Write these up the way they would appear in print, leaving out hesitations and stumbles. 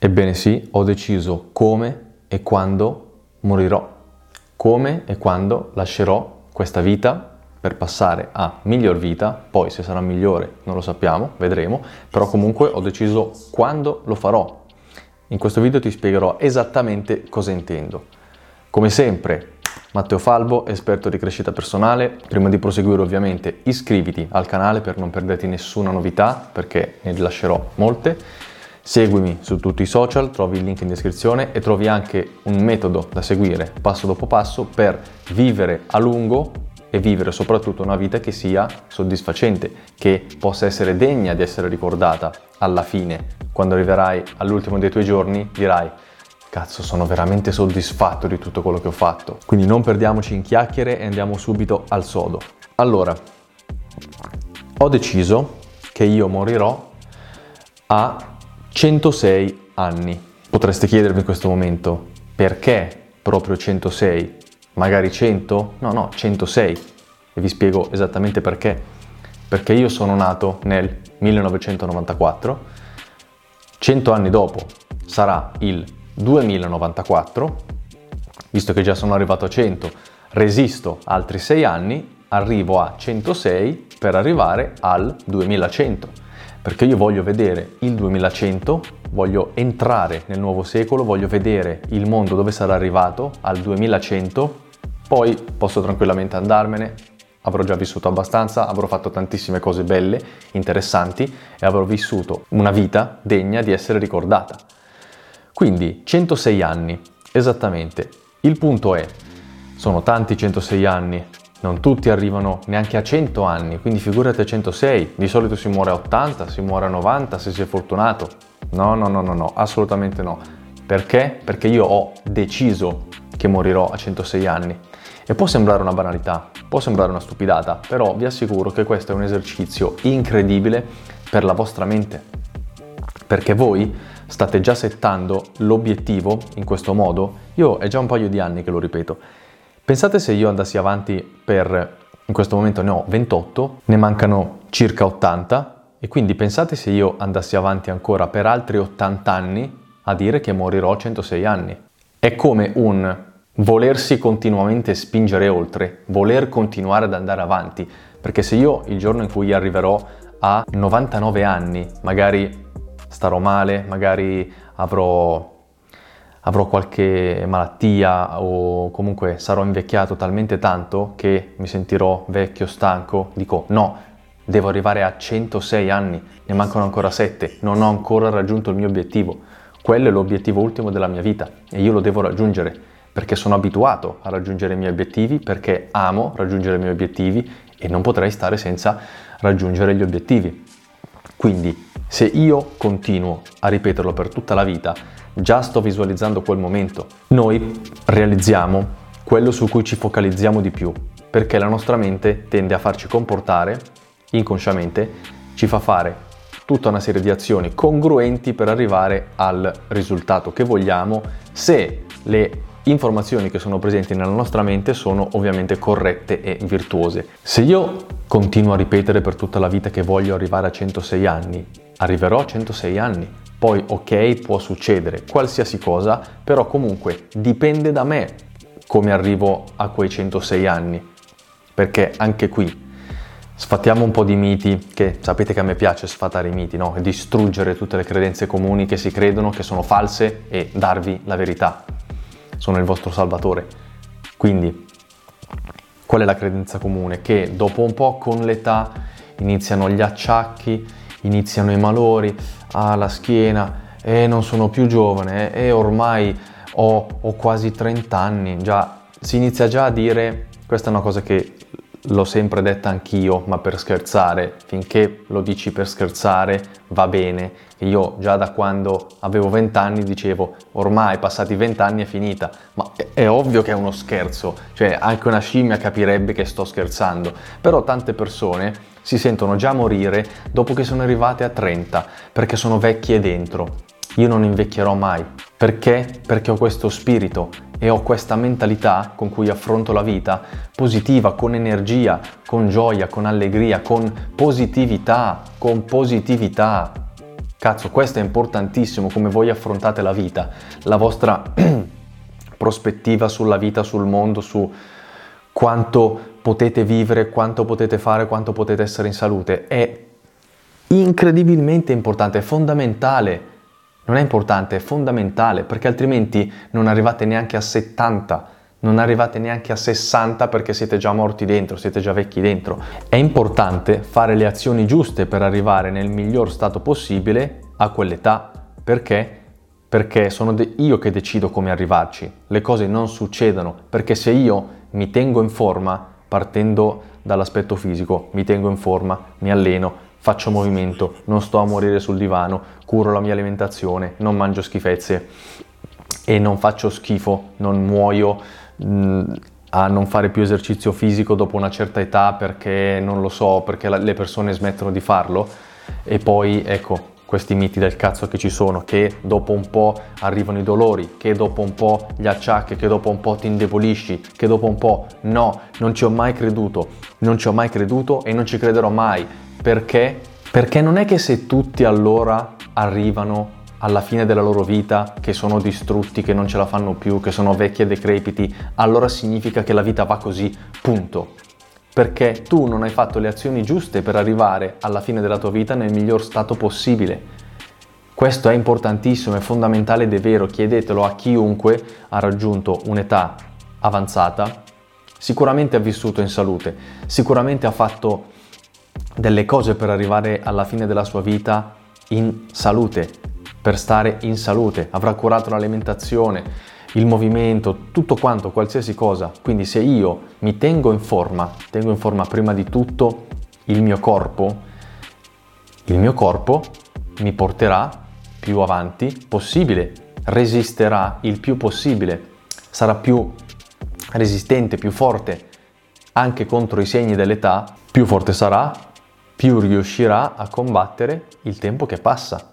Ebbene sì, ho deciso come e quando morirò, come e quando lascerò questa vita per passare a miglior vita. Poi se sarà migliore non lo sappiamo, vedremo, però comunque ho deciso quando lo farò. In questo video ti spiegherò esattamente cosa intendo. Come sempre, Matteo Falbo, esperto di crescita personale. Prima di proseguire ovviamente iscriviti al canale per non perderti nessuna novità, perché ne lascerò molte. Seguimi su tutti i social, trovi il link in descrizione e trovi anche un metodo da seguire passo dopo passo per vivere a lungo e vivere soprattutto una vita che sia soddisfacente, che possa essere degna di essere ricordata alla fine. Quando arriverai all'ultimo dei tuoi giorni dirai: cazzo, sono veramente soddisfatto di tutto quello che ho fatto. Quindi non perdiamoci in chiacchiere e andiamo subito al sodo. Allora, ho deciso che io morirò a 106 anni. Potreste chiedervi in questo momento: perché proprio 106? Magari 100? No, 106. E vi spiego esattamente perché. Perché io sono nato nel 1994, 100 anni dopo sarà il 2094, visto che già sono arrivato a 100, resisto altri 6 anni, arrivo a 106 per arrivare al 2100. Perché io voglio vedere il 2100, voglio entrare nel nuovo secolo, voglio vedere il mondo dove sarà arrivato al 2100, poi posso tranquillamente andarmene, avrò già vissuto abbastanza, avrò fatto tantissime cose belle, interessanti e avrò vissuto una vita degna di essere ricordata. Quindi 106 anni, esattamente. Il punto è, sono tanti 106 anni, non tutti arrivano neanche a 100 anni, quindi figurati a 106. Di solito si muore a 80, si muore a 90 se si è fortunato. No, assolutamente no. Perché? Perché io ho deciso che morirò a 106 anni. E può sembrare una banalità, può sembrare una stupidata, però vi assicuro che questo è un esercizio incredibile per la vostra mente. Perché voi state già settando l'obiettivo in questo modo. Io è già un paio di anni che lo ripeto. Pensate se io andassi avanti in questo momento ne ho 28, ne mancano circa 80 e quindi pensate se io andassi avanti ancora per altri 80 anni a dire che morirò a 106 anni. È come un volersi continuamente spingere oltre, voler continuare ad andare avanti, perché se io il giorno in cui arriverò a 99 anni, magari starò male, magari avrò qualche malattia o comunque sarò invecchiato talmente tanto che mi sentirò vecchio, stanco, dico no, devo arrivare a 106 anni, ne mancano ancora 7, non ho ancora raggiunto il mio obiettivo. Quello è l'obiettivo ultimo della mia vita e io lo devo raggiungere perché sono abituato a raggiungere i miei obiettivi, perché amo raggiungere i miei obiettivi e non potrei stare senza raggiungere gli obiettivi. Quindi se io continuo a ripeterlo per tutta la vita, già sto visualizzando quel momento. Noi realizziamo quello su cui ci focalizziamo di più, perché la nostra mente tende a farci comportare, inconsciamente, ci fa fare tutta una serie di azioni congruenti per arrivare al risultato che vogliamo, se le informazioni che sono presenti nella nostra mente sono ovviamente corrette e virtuose. Se io continuo a ripetere per tutta la vita che voglio arrivare a 106 anni, arriverò a 106 anni. Poi ok, può succedere qualsiasi cosa, però comunque dipende da me come arrivo a quei 106 anni. Perché anche qui sfatiamo un po' di miti, che sapete che a me piace sfatare i miti, no? E distruggere tutte le credenze comuni che si credono, che sono false, e darvi la verità. Sono il vostro salvatore. Quindi, qual è la credenza comune? Che dopo un po' con l'età iniziano gli acciacchi, iniziano i malori, la schiena, non sono più giovane, ormai ho quasi 30 anni, già si inizia già a dire, questa è una cosa che l'ho sempre detta anch'io, ma per scherzare, finché lo dici per scherzare va bene. Io già da quando avevo 20 anni dicevo, ormai passati 20 anni è finita, ma è ovvio che è uno scherzo, cioè anche una scimmia capirebbe che sto scherzando, però tante persone si sentono già morire dopo che sono arrivate a 30, perché sono vecchie dentro. Io non invecchierò mai. Perché? Perché ho questo spirito e ho questa mentalità con cui affronto la vita, positiva, con energia, con gioia, con allegria, con positività, Cazzo, questo è importantissimo, come voi affrontate la vita, la vostra prospettiva sulla vita, sul mondo, su quanto potete vivere, quanto potete fare, quanto potete essere in salute. È incredibilmente importante, è fondamentale. Non è importante, è fondamentale, perché altrimenti non arrivate neanche a 70, non arrivate neanche a 60 perché siete già morti dentro, siete già vecchi dentro. È importante fare le azioni giuste per arrivare nel miglior stato possibile a quell'età. Perché? Perché sono io che decido come arrivarci. Le cose non succedono, perché se io mi tengo in forma, partendo dall'aspetto fisico, mi tengo in forma, mi alleno, faccio movimento, non sto a morire sul divano, curo la mia alimentazione, non mangio schifezze e non faccio schifo, non muoio a non fare più esercizio fisico dopo una certa età perché non lo so, perché le persone smettono di farlo. E poi ecco questi miti del cazzo che ci sono, che dopo un po' arrivano i dolori, che dopo un po' gli acciacchi, che dopo un po' ti indebolisci, che dopo un po' no, non ci ho mai creduto e non ci crederò mai. Perché? Perché non è che se tutti allora arrivano alla fine della loro vita, che sono distrutti, che non ce la fanno più, che sono vecchi e decrepiti, allora significa che la vita va così, punto. Perché tu non hai fatto le azioni giuste per arrivare alla fine della tua vita nel miglior stato possibile. Questo è importantissimo, è fondamentale ed è vero, chiedetelo a chiunque ha raggiunto un'età avanzata, sicuramente ha vissuto in salute, sicuramente ha fatto delle cose per arrivare alla fine della sua vita in salute, per stare in salute, avrà curato l'alimentazione, il movimento, tutto quanto, qualsiasi cosa. Quindi se io mi tengo in forma prima di tutto il mio corpo mi porterà più avanti possibile, resisterà il più possibile, sarà più resistente, più forte anche contro i segni dell'età, più forte sarà, più riuscirà a combattere il tempo che passa.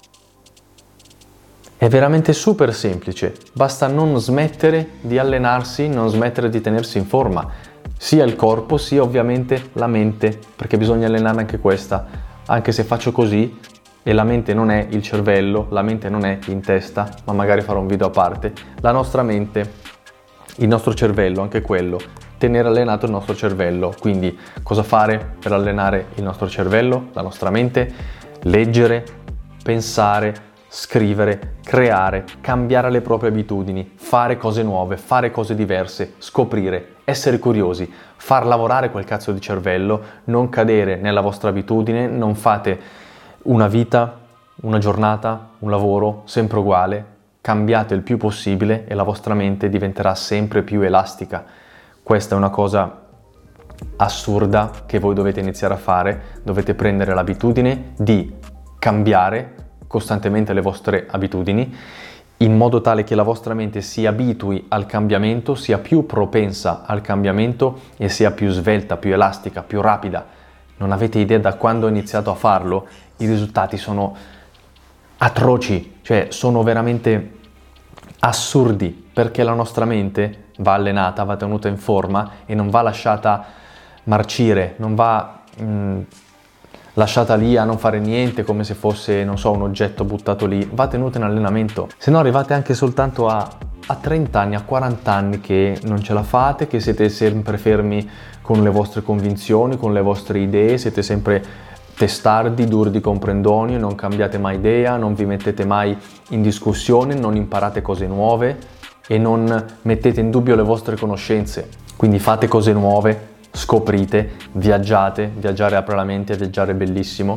È veramente super semplice, basta non smettere di allenarsi, non smettere di tenersi in forma, sia il corpo sia ovviamente la mente, perché bisogna allenare anche questa, anche se faccio così e la mente non è il cervello, la mente non è in testa, ma magari farò un video a parte, la nostra mente, il nostro cervello, anche quello, tenere allenato il nostro cervello. Quindi cosa fare per allenare il nostro cervello, la nostra mente? Leggere, pensare, scrivere, creare, cambiare le proprie abitudini, fare cose nuove, fare cose diverse, scoprire, essere curiosi, far lavorare quel cazzo di cervello, non cadere nella vostra abitudine, non fate una vita, una giornata, un lavoro sempre uguale, cambiate il più possibile e la vostra mente diventerà sempre più elastica. Questa è una cosa assurda che voi dovete iniziare a fare, dovete prendere l'abitudine di cambiare costantemente le vostre abitudini in modo tale che la vostra mente si abitui al cambiamento, sia più propensa al cambiamento e sia più svelta, più elastica, più rapida. Non avete idea da quando ho iniziato a farlo, i risultati sono atroci, cioè sono veramente assurdi, perché la nostra mente va allenata, va tenuta in forma e non va lasciata marcire, non va lasciata lì a non fare niente come se fosse, non so, un oggetto buttato lì, va tenuta in allenamento. Se no arrivate anche soltanto a 30 anni, a 40 anni che non ce la fate, che siete sempre fermi con le vostre convinzioni, con le vostre idee, siete sempre testardi, duri di comprendonio, non cambiate mai idea, non vi mettete mai in discussione, non imparate cose nuove e non mettete in dubbio le vostre conoscenze. Quindi fate cose nuove, scoprite, viaggiare apre la mente, viaggiare è bellissimo,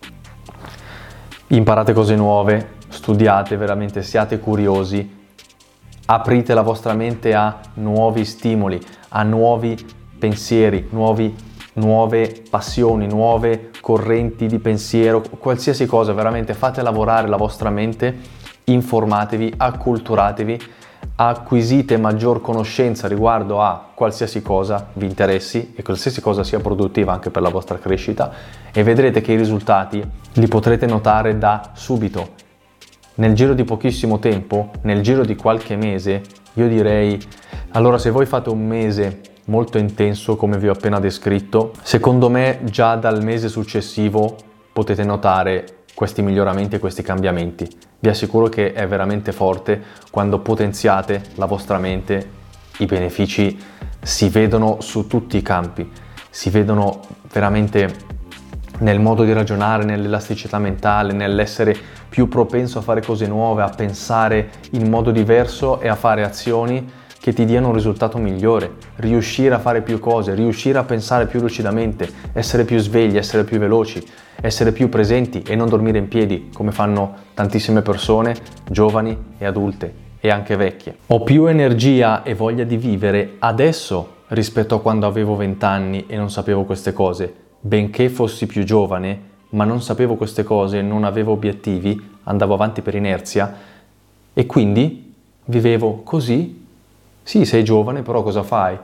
imparate cose nuove, studiate veramente, siate curiosi, aprite la vostra mente a nuovi stimoli, a nuovi pensieri, nuove passioni, nuove correnti di pensiero, qualsiasi cosa, veramente fate lavorare la vostra mente, informatevi, acculturatevi, acquisite maggior conoscenza riguardo a qualsiasi cosa vi interessi e qualsiasi cosa sia produttiva anche per la vostra crescita e vedrete che i risultati li potrete notare da subito. Nel giro di pochissimo tempo, nel giro di qualche mese, io direi, allora se voi fate un mese molto intenso come vi ho appena descritto, secondo me già dal mese successivo potete notare questi miglioramenti e questi cambiamenti. Vi assicuro che è veramente forte quando potenziate la vostra mente, i benefici si vedono su tutti i campi, si vedono veramente nel modo di ragionare, nell'elasticità mentale, nell'essere più propenso a fare cose nuove, a pensare in modo diverso e a fare azioni che ti diano un risultato migliore, riuscire a fare più cose, riuscire a pensare più lucidamente, essere più svegli, essere più veloci, essere più presenti e non dormire in piedi come fanno tantissime persone, giovani e adulte e anche vecchie. Ho più energia e voglia di vivere adesso rispetto a quando avevo 20 anni e non sapevo queste cose. Benché fossi più giovane, ma non sapevo queste cose, non avevo obiettivi, andavo avanti per inerzia e quindi vivevo così. Sì, sei giovane, però cosa fai?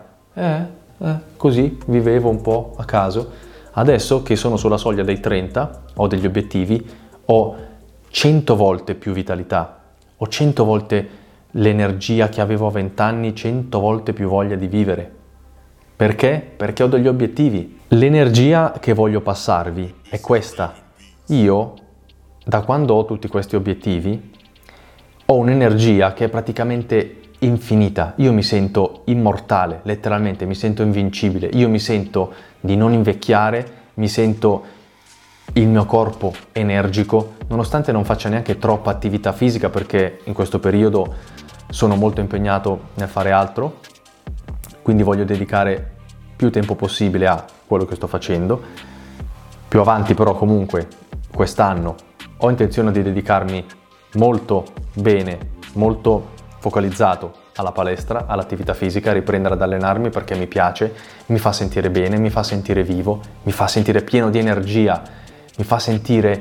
Così vivevo un po' a caso. Adesso che sono sulla soglia dei 30, ho degli obiettivi, ho 100 volte più vitalità, ho 100 volte l'energia che avevo a 20 anni, 100 volte più voglia di vivere. Perché? Perché ho degli obiettivi. L'energia che voglio passarvi è questa. Io, da quando ho tutti questi obiettivi, ho un'energia che è praticamente infinita. Io mi sento immortale, letteralmente, mi sento invincibile. Io mi sento di non invecchiare, mi sento il mio corpo energico, nonostante non faccia neanche troppa attività fisica perché in questo periodo sono molto impegnato nel fare altro. Quindi voglio dedicare più tempo possibile a quello che sto facendo. Più avanti però comunque quest'anno ho intenzione di dedicarmi molto bene, molto focalizzato alla palestra, all'attività fisica, riprendere ad allenarmi perché mi piace, mi fa sentire bene, mi fa sentire vivo, mi fa sentire pieno di energia, mi fa sentire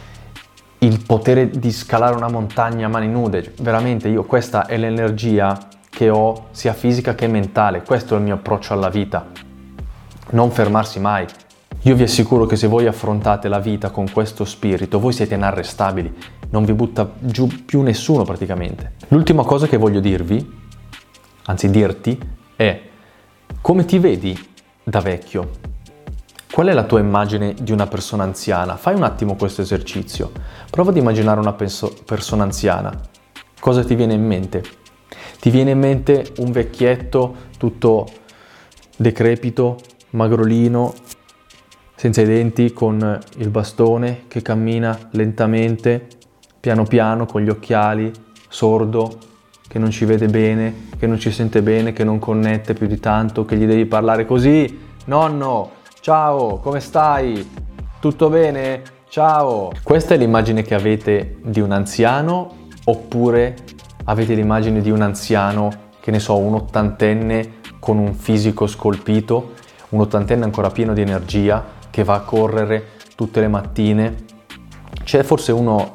il potere di scalare una montagna a mani nude. Veramente questa è l'energia che ho sia fisica che mentale, questo è il mio approccio alla vita, non fermarsi mai. Io vi assicuro che se voi affrontate la vita con questo spirito, voi siete inarrestabili, non vi butta giù più nessuno praticamente. L'ultima cosa che voglio dirvi, anzi dirti, è come ti vedi da vecchio? Qual è la tua immagine di una persona anziana? Fai un attimo questo esercizio, prova ad immaginare una persona anziana, cosa ti viene in mente? Ti viene in mente un vecchietto tutto decrepito, magrolino, senza i denti, con il bastone, che cammina lentamente, piano piano, con gli occhiali, sordo, che non ci vede bene, che non ci sente bene, che non connette più di tanto, che gli devi parlare così: nonno, ciao, come stai? Tutto bene? Ciao! Questa è l'immagine che avete di un anziano, oppure avete l'immagine di un anziano, che ne so, un ottantenne con un fisico scolpito, un ottantenne ancora pieno di energia, che va a correre tutte le mattine? C'è forse un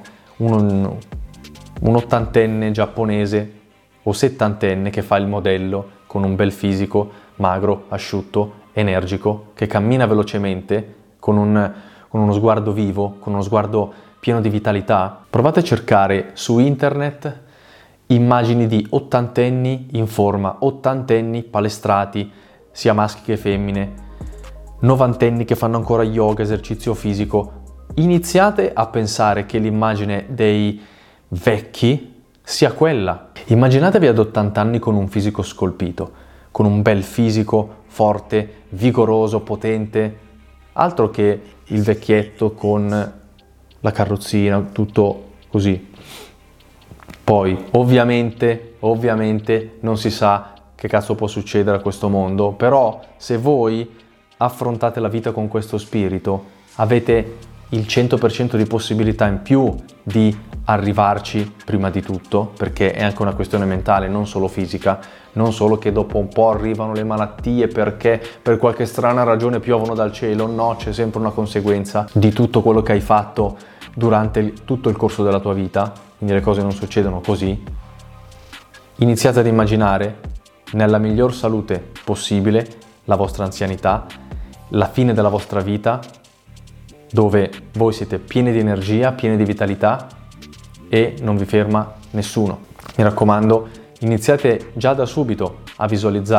ottantenne giapponese o settantenne che fa il modello, con un bel fisico, magro, asciutto, energico, che cammina velocemente, con uno sguardo vivo, con uno sguardo pieno di vitalità. Provate a cercare su internet immagini di ottantenni in forma, ottantenni palestrati, sia maschi che femmine, novantenni che fanno ancora yoga, esercizio fisico. Iniziate a pensare che l'immagine dei vecchi sia quella. Immaginatevi ad 80 anni con un fisico scolpito, con un bel fisico forte, vigoroso, potente, altro che il vecchietto con la carrozzina, tutto così. Poi, ovviamente, non si sa che cazzo può succedere a questo mondo, però se voi affrontate la vita con questo spirito, avete il 100% di possibilità in più di arrivarci prima di tutto, perché è anche una questione mentale, non solo fisica, non solo che dopo un po' arrivano le malattie perché per qualche strana ragione piovono dal cielo, no, c'è sempre una conseguenza di tutto quello che hai fatto durante tutto il corso della tua vita, quindi le cose non succedono così. Iniziate ad immaginare nella miglior salute possibile la vostra anzianità, la fine della vostra vita, dove voi siete pieni di energia, pieni di vitalità e non vi ferma nessuno. Mi raccomando, iniziate già da subito a visualizzare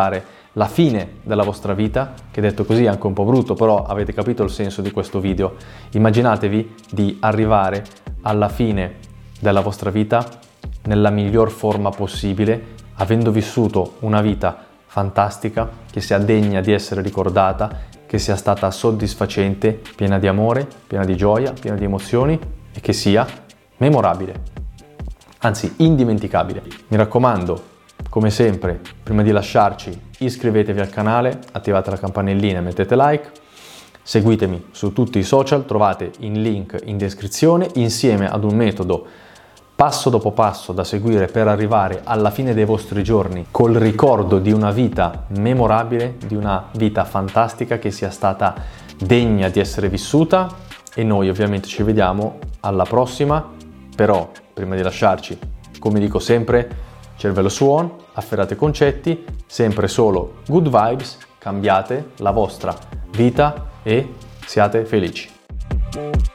la fine della vostra vita, che detto così è anche un po' brutto, però avete capito il senso di questo video. Immaginatevi di arrivare alla fine della vostra vita nella miglior forma possibile, avendo vissuto una vita fantastica, che sia degna di essere ricordata, che sia stata soddisfacente, piena di amore, piena di gioia, piena di emozioni e che sia memorabile, anzi indimenticabile. Mi raccomando, come sempre, prima di lasciarci, iscrivetevi al canale, attivate la campanellina e mettete like. Seguitemi su tutti i social, trovate il link in descrizione, insieme ad un metodo passo dopo passo da seguire per arrivare alla fine dei vostri giorni col ricordo di una vita memorabile, di una vita fantastica che sia stata degna di essere vissuta. E noi ovviamente ci vediamo alla prossima, però prima di lasciarci, come dico sempre, cervello su on, afferrate concetti, sempre solo good vibes, cambiate la vostra vita e siate felici.